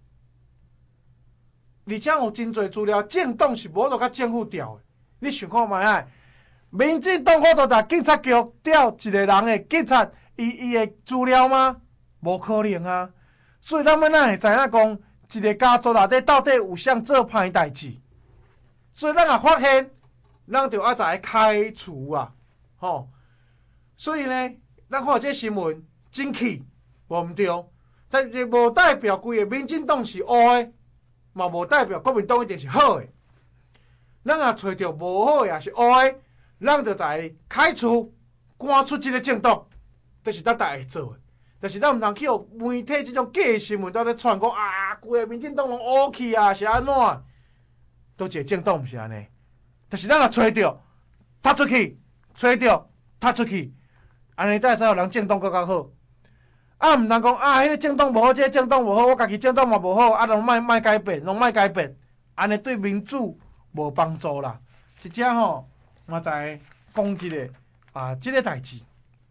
而且有真侪资料，政党是无得甲政府调的。你想看卖啊？民进党好多在警察局调一个人的警察伊伊的资料吗？无可能啊！所以咱要哪会知影讲一个家族内底到底有啥做歹代志？所以咱若发现，咱就要在开除啊！吼！所以呢，咱看这新闻真气，无毋对，但是无代表规个民进党是乌的，嘛无代表国民党一定是好的。咱若找到无好的也是乌的。咱就在开除、赶出即个政党，这是咱大家会做的。但是咱毋通去互媒体即种假新闻在咧传讲啊，规个民进党拢乌去啊，是安怎？倒一个政党毋是安尼。但是咱若找着，踢出去，找着，踢出去，安尼才会使互人政党更较好。啊，毋通讲啊，迄、那个政党无好，即、這个政党无好，我家己政党嘛无好，啊，拢莫莫改变，拢莫改变，安尼对民主无帮助啦。一只吼。我再讲一个啊，即、這個代志。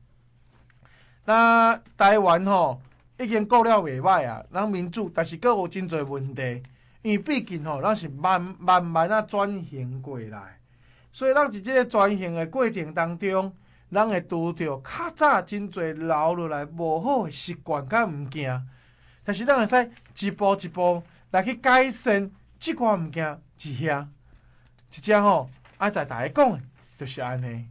那台灣吼已經過了袂歹啊，咱民主，但是閣有真侪問題。因為畢竟吼，咱是慢慢慢啊轉型過來，所以咱伫即個轉型的過程當中，咱會拄着較早真侪留落來無好的習慣甲物件。但是咱會使一步一步來去改善即寡物件一下。一只吼愛在大家講的。就是安尼，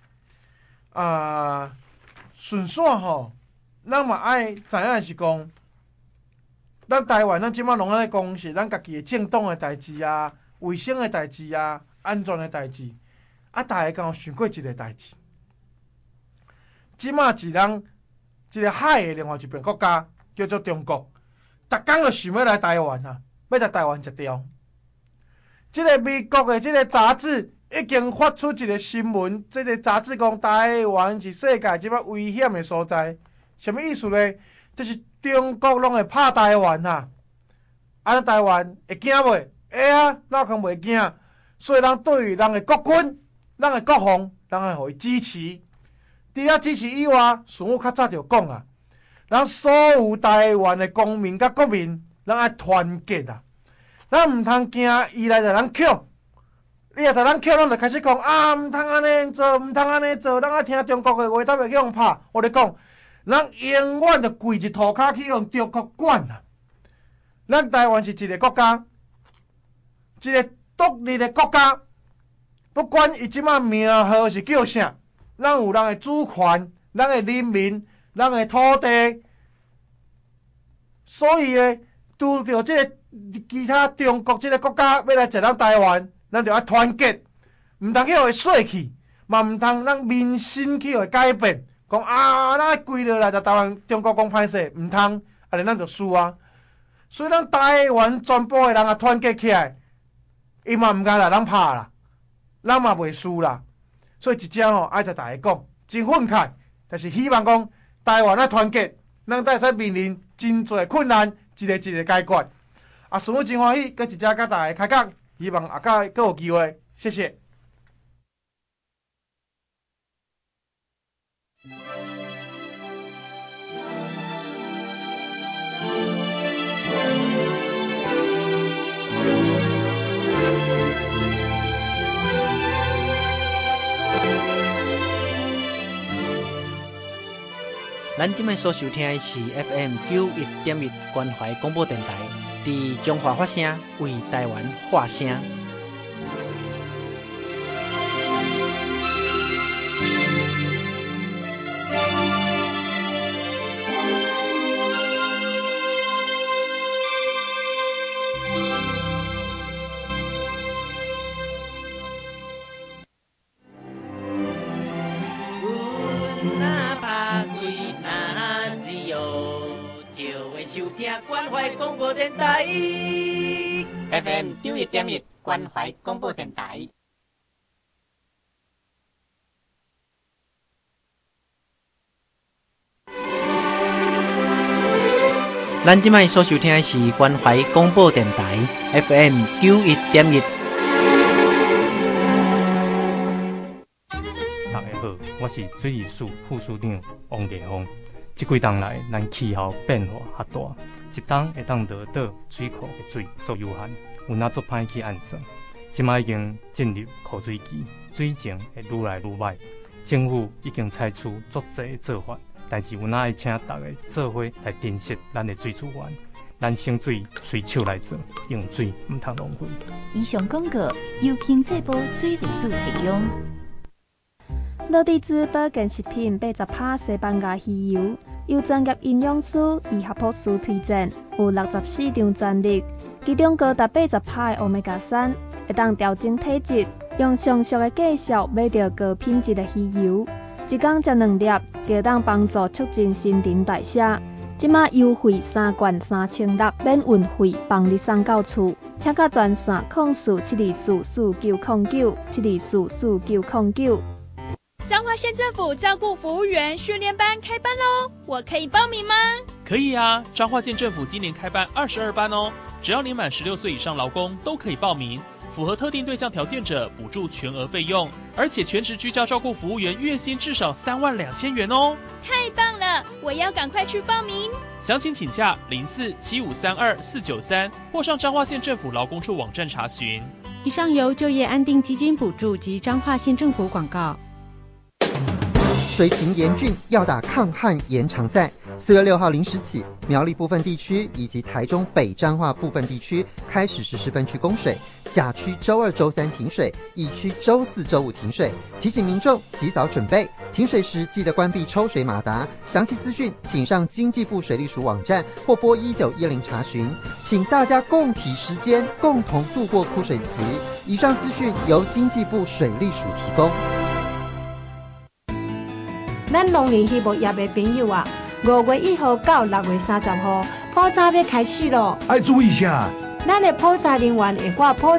啊，順線吼，咱嘛愛知影是講，咱台灣咱即馬攏咧講是咱家己的政黨的代志啊，衛生的代志啊，安全的代志，啊，大家敢有想過一個代志？即馬是咱一個海的另外一邊國家叫做中國，逐工就想要來台灣啊，要來台灣食掉。即、這個美國的即個雜誌。已經發出一個新聞，這個雜誌講台灣是世界即擺危險的所在。什麼意思呢？就是中國攏會拍台灣哈，啊，台灣會驚袂？會啊，哪可能袂驚？所以咱對於咱的國軍、咱的國防，咱會互伊支持。除了支持以外，像我較早就講啊，咱所有台灣的公民甲國民，咱愛團結啊，咱毋通驚伊來就咱搶。你若知咱口，咱就開始講啊，毋通安尼做，毋通安尼做，咱愛聽中國的話，咱袂去互拍。我咧講，咱永遠就跪一塗骹去用中國管啊！咱台灣是一個國家，一個獨立的國家，不管伊即馬名號是叫啥，咱有咱的主權，咱的人民，咱的土地，所以呢，拄着即個其他中国即个国家要来食咱台湾，咱就要团结，毋通去互伊说去，嘛毋通咱民心去互伊改变。讲啊，咱跪落来就台湾中国讲歹势，毋通，安尼咱就输啊。所以咱台湾全部的人啊团结起来，伊嘛毋敢来咱拍啦，咱嘛袂输啦。所以一只吼爱在大家讲，真愤慨，但是希望讲台湾啊团结，咱才会使面临真侪困难，一个一个解决。啊，顺我真欢喜，搁一只甲大家开讲，希望下届搁有机会，谢谢。 咱今麦所收听的是 F M 九一点一关怀广播电台，伫中华发声，为台湾发声。 收听关怀广播电台 F M 九一点一关怀广播电台。 咱即摆所收听的是关怀广播电台 F M 九一点一。 大家好，我是水利署副署长王继峰。即几冬来，咱气候变化较大，一冬会当得到水库的水足有限，有哪足歹去按算。即摆已经进入枯水期，水情会愈来愈歹。政府已经采取足济的做法，但是有哪会请大家做伙来珍惜咱的水资源。咱省水随手来做，用水毋通浪费。 以上广告由经济部水利署提供。 乐地滋保健食品八十趴西班牙鱼油，由专业营养师与学博士推荐，有六十四张专利，其中高达八十趴的欧米伽三，会当调整体质，用上述的价数买到高品质的鱼油，一天食两粒，就当帮助促进新陈代谢。即马优惠三罐三千六，免运费，帮你送到厝。请甲专线零四七二四四九零九七二四四九零九。 彰化县政府照顾服务员训练班开班喽，我可以报名吗？ 可以啊，彰化县政府今年开办二十二班哦，只要年满十六岁以上劳工都可以报名，符合特定对象条件者补助全额费用，而且全职居家照顾服务员月薪至少三万两千元哦。 太棒了，我要赶快去报名。 详情请假零四七五三二四九三，或上彰化县政府劳工处网站查询。 以上由就业安定基金补助及彰化县政府广告。 水情严峻，要打抗旱延长赛。四月六号零时起，苗栗部分地区以及台中北彰化部分地区开始实施分区供水，甲区周二、周三停水，乙区周四周五停水。提醒民众及早准备，停水时记得关闭抽水马达。详细资讯请上经济部水利署网站或拨一九一零查询。请大家共体时间，共同度过枯水期。以上资讯由经济部水利署提供。 咱农林渔牧业的朋友啊，五月一号到六月三十号，普查要开始咯。 要注意一下， 咱的普查人员会挂普